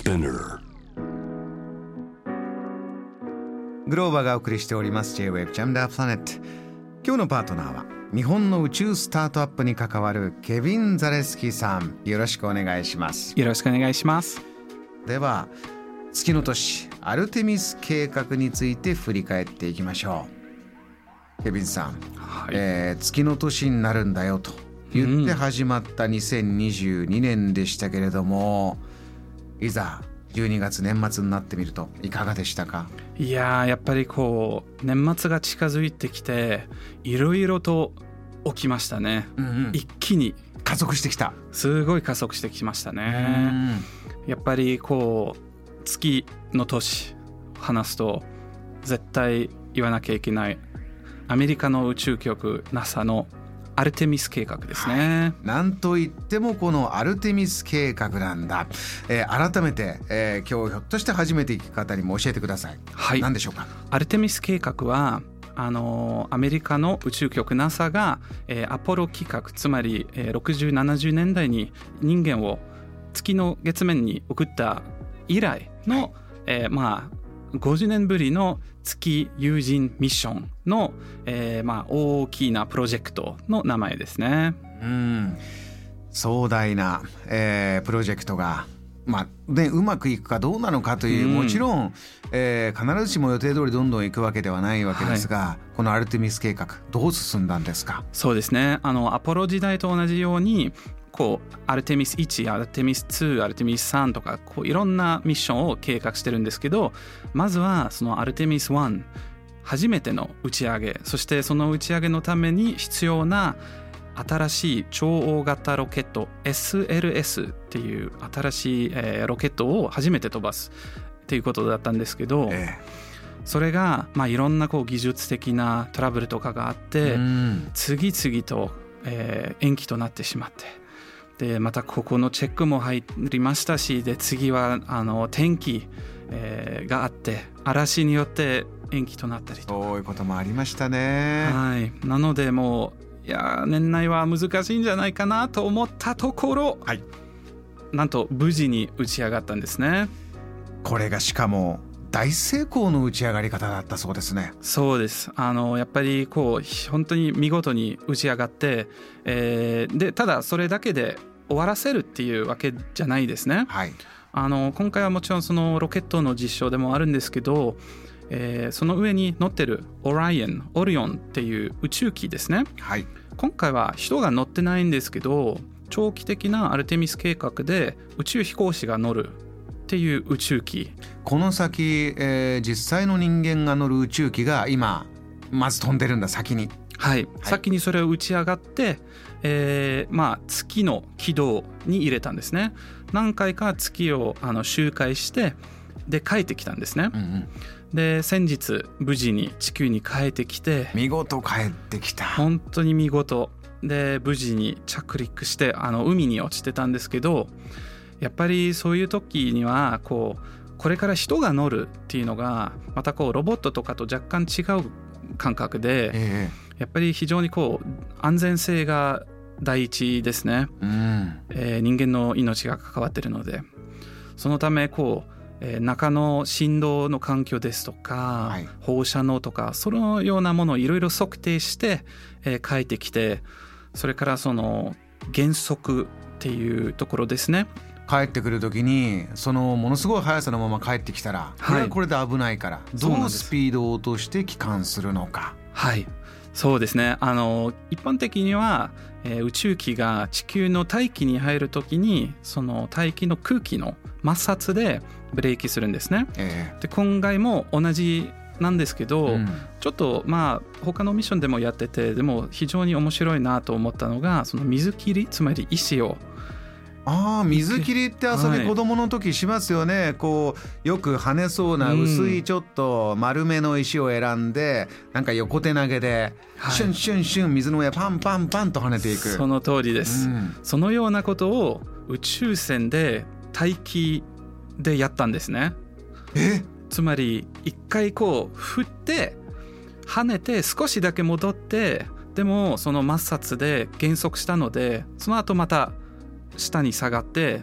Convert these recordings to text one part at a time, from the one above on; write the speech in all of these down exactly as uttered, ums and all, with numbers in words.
Spinner。 グローバーがお送りしております J-Wave Jam the Planet。 今日のパートナーは日本の宇宙スタートアップに関わるケビン・ザレスキさん、よろしくお願いします。 よろしくお願いします。 では月の都市アルテミス計画について振り返っていきましょう。ケビンさん、はい、えー、月の都市になるんだよと言って始まったにせんにじゅうにねんでしたけれども、うん、いざじゅうにがつ年末になってみるといかがでしたか？ いややっぱりこう年末が近づいてきていろいろと起きましたね、うんうん、一気に加速してきた。 すごい加速してきましたね。やっぱりこう月の都市話すと絶対言わなきゃいけないアメリカの宇宙局 ナサ のアルテミス計画ですね、 はい、なんといってもこのアルテミス計画なんだ、えー、改めて、えー、今日ひょっとして初めて聞く方にも教えてください。はい、何でしょうか？ アルテミス計画はあのアメリカの宇宙局 ナサ が、えー、アポロ企画、つまり、えー、ろくじゅう、ななじゅうねんだいに人間を月の月面に送った以来の、はい、えー、まあごじゅうねんぶりの月有人ミッションの、えーまあ、大きなプロジェクトの名前ですね。 うん、壮大な、えー、プロジェクトが、まあね、うまくいくかどうなのかという、うん、もちろん、えー、必ずしも予定通りどんどんいくわけではないわけですが、はい、このアルテミス計画どう進んだんですか？ そうですね、あのアポロ時代と同じようにこうアルテミスいち、アルテミスに、アルテミスさんとかこういろんなミッションを計画してるんですけど、まずはそのアルテミスいち初めての打ち上げ、そしてその打ち上げのために必要な新しい超大型ロケット エスエルエス っていう新しい、えー、ロケットを初めて飛ばすっていうことだったんですけど、ええ、それが、まあ、いろんなこう技術的なトラブルとかがあって、うん、次々と、えー、延期となってしまって、でまたここのチェックも入りましたし、で次はあの天気、えー、があって嵐によって延期となったりとか、 そういうこともありましたね。 はい、なのでもういや年内は難しいんじゃないかなと思ったところ、はい、なんと無事に打ち上がったんですね。 これがしかも大成功の打ち上がり方だったそうですね。 そうです。あのやっぱりこう本当に見事に打ち上がって、えー、でただそれだけで終わらせるっていうわけじゃないですね、はい、あの今回はもちろんそのロケットの実証でもあるんですけど、えー、その上に乗ってるオライオン、オリオンっていう宇宙機ですね、はい、今回は人が乗ってないんですけど、長期的なアルテミス計画で宇宙飛行士が乗るっていう宇宙機、 この先、えー、実際の人間が乗る宇宙機が今まず飛んでるんだ、先に、 はい、はい、先にそれを打ち上がって、えーまあ、月の軌道に入れたんですね。何回か月をあの周回してで帰ってきたんですね、うんうん、で先日無事に地球に帰ってきて、 見事帰ってきた、 本当に見事で無事に着陸してあの海に落ちてたんですけど、やっぱりそういう時にはこうこれから人が乗るっていうのがまたこうロボットとかと若干違う感覚で、ええ、やっぱり非常にこう安全性が第一ですね、うんえー、人間の命が関わっているので、そのためこう、えー、中の振動の環境ですとか、はい、放射能とかそのようなものをいろいろ測定して、えー、帰ってきて、それからその減速っていうところですね、 帰ってくるときにそのものすごい速さのまま帰ってきたら、これはこれで危ないから、はい、どうスピードを落として帰還するのか。 はい、そうですね。あの一般的には、えー、宇宙機が地球の大気に入るときにその大気の空気の摩擦でブレーキするんですね、えー、で今回も同じなんですけど、うん、ちょっとまあ他のミッションでもやってて、でも非常に面白いなと思ったのがその水切り、つまり石をああ、水切りって遊び子供の時しますよね、はい、こうよく跳ねそうな薄いちょっと丸めの石を選んで、うん、なんか横手投げで、はい、シュンシュンシュン水の上パンパンパンと跳ねていく。 その通りです、うん、そのようなことを宇宙船で大気でやったんですね。 えつまり一回こう振って跳ねて少しだけ戻って、でもその摩擦で減速したので、その後また下に下がって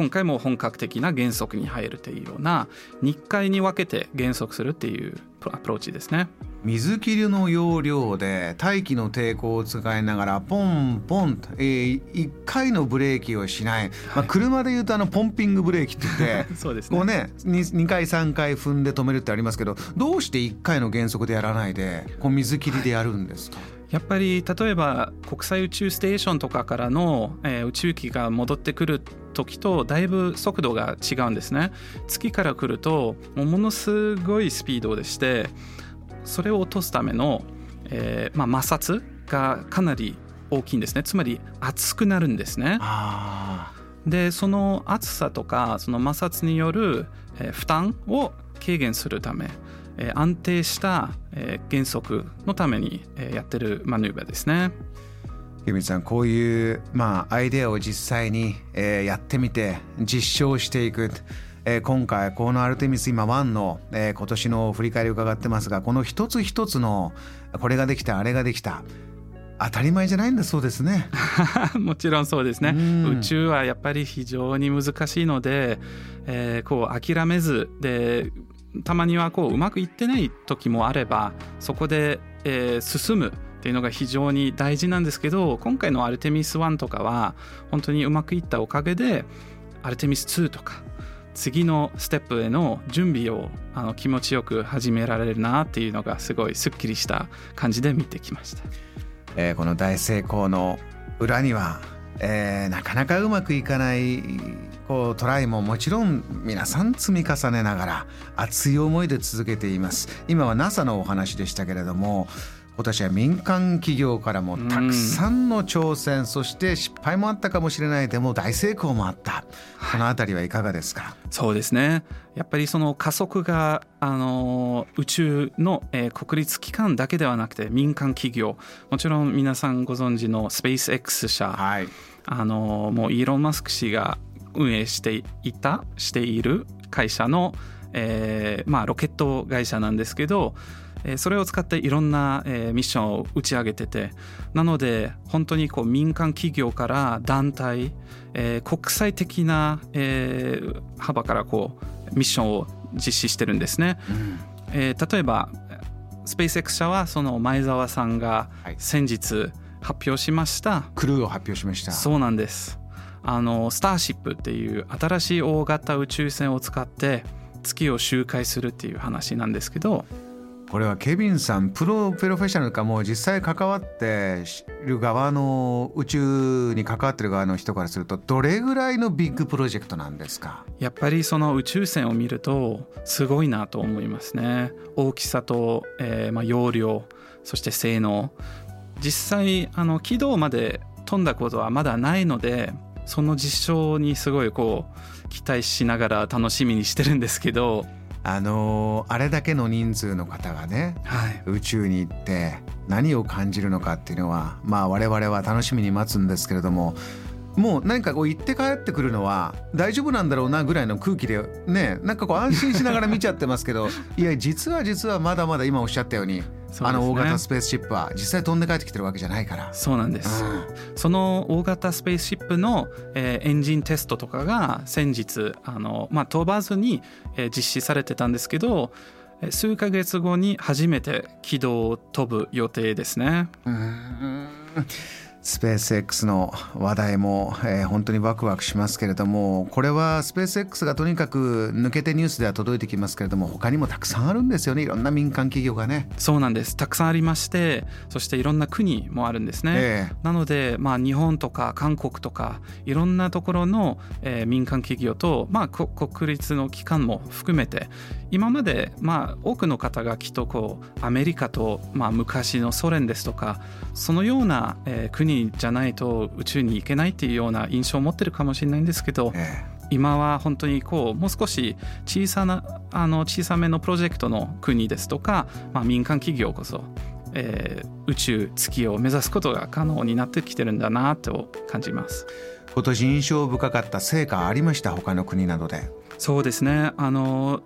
今回も本格的な減速に入るというようなにかいに分けて減速するっていうアプローチですね。 水切りの要領で大気の抵抗を使いながらポンポンと、えー、いっかいのブレーキをしない、まあ、車でいうとあのポンピングブレーキって言ってそうですね、 こうね 2, にかいさんかい踏んで止めるってありますけど、どうしていっかいの減速でやらないでこう水切りでやるんですか？はい、 やっぱり例えば国際宇宙ステーションとかからの、えー、宇宙機が戻ってくる時とだいぶ速度が違うんですね。月から来るともうものすごいスピードでして、それを落とすための、えーまあ、摩擦がかなり大きいんですね。つまり熱くなるんですね。 あでその熱さとかその摩擦による、えー、負担を軽減するため、えー、安定した、えー、減速のために、えー、やってるマヌーバーですね。 ケビンさん、こういう、まあ、アイデアを実際に、えー、やってみて実証していく、えー、今回このアルテミス今ワンの、えー、今年の振り返りを伺ってますが、この一つ一つのこれができたあれができた当たり前じゃないんだそうですね。 もちろんそうですね。宇宙はやっぱり非常に難しいので、えー、こう諦めずで、たまにはこううまくいってない時もあればそこで、えー、進むっていうのが非常に大事なんですけど、今回のアルテミスワンとかは本当にうまくいったおかげでアルテミスツーとか次のステップへの準備をあの気持ちよく始められるなっていうのがすごいすっきりした感じで見てきました。 えー、この大成功の裏には、えー、なかなかうまくいかないこうトライももちろん皆さん積み重ねながら熱い思いで続けています。今は ナサ のお話でしたけれども、今年は民間企業からもたくさんの挑戦、そして失敗もあったかもしれない、でも大成功もあった、このあたりはいかがですか？ そうですね、やっぱりその加速があの宇宙の、えー、国立機関だけではなくて民間企業、もちろん皆さんご存知のスペース X 社、はい、あのもうイーロン・マスク氏が運営していたしている会社の、えーまあ、ロケット会社なんですけど、それを使っていろんなミッションを打ち上げてて、なので本当にこう民間企業から団体、えー、国際的な、えー、幅からこうミッションを実施してるんですね、うんえー、例えばスペース X 社はその前澤さんが先日発表しました、はい、 クルーを発表しました。 そうなんです。あのスターシップっていう新しい大型宇宙船を使って月を周回するっていう話なんですけど、 これはケビンさんプロプロフェッショナルかもう実際関わっている側の宇宙に関わっている側の人からするとどれぐらいのビッグプロジェクトなんですか？ やっぱりその宇宙船を見るとすごいなと思いますね。大きさと、えーまあ、容量、そして性能、実際あの軌道まで飛んだことはまだないので、その実証にすごいこう期待しながら楽しみにしてるんですけど、 あのー、あれだけの人数の方がね、はい、宇宙に行って何を感じるのかっていうのは、まあ我々は楽しみに待つんですけれども、もう何かこう行って帰ってくるのは大丈夫なんだろうなぐらいの空気でね、なんかこう安心しながら見ちゃってますけどいや実は実はまだまだ今おっしゃったように、ね、あの大型スペースシップは実際飛んで帰ってきてるわけじゃないから。 そうなんです、うん、その大型スペースシップの、えー、エンジンテストとかが先日あの、まあ、飛ばずに、えー、実施されてたんですけど、数ヶ月後に初めて軌道を飛ぶ予定ですね。 うーん、スペース X の話題も、えー、本当にワクワクしますけれども、これはスペース X がとにかく抜けてニュースでは届いてきますけれども、他にもたくさんあるんですよね、いろんな民間企業がね。 そうなんです、たくさんありまして、そしていろんな国もあるんですね、えー、なので、まあ、日本とか韓国とかいろんなところの、えー、民間企業と、まあ、国立の機関も含めて、今まで、まあ、多くの方がきっとこうアメリカと、まあ、昔のソ連ですとかそのような、えー、国じゃないと宇宙に行けないっていうような印象を持ってるかもしれないんですけど、えー、今は本当にこうもう少し小さなあの小さめのプロジェクトの国ですとか、まあ、民間企業こそ、えー、宇宙月を目指すことが可能になってきてるんだなと感じます。 今年印象深かった成果ありました？他の国などで。 そうですね、あの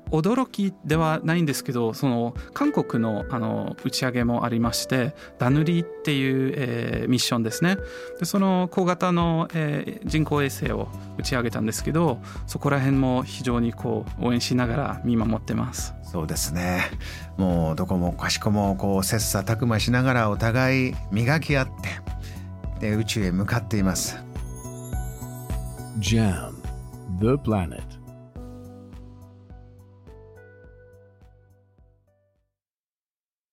驚きではないんですけど、その韓国のあの打ち上げもありまして、ダヌリっていう、えーミッションですね。でその小型の、えー人工衛星を打ち上げたんですけど、そこら辺も非常にこう応援しながら見守ってます。 そうですね。もうどこもかしこもこう切磋琢磨しながらお互い磨き合ってで宇宙へ向かっています。 ジャム The Planet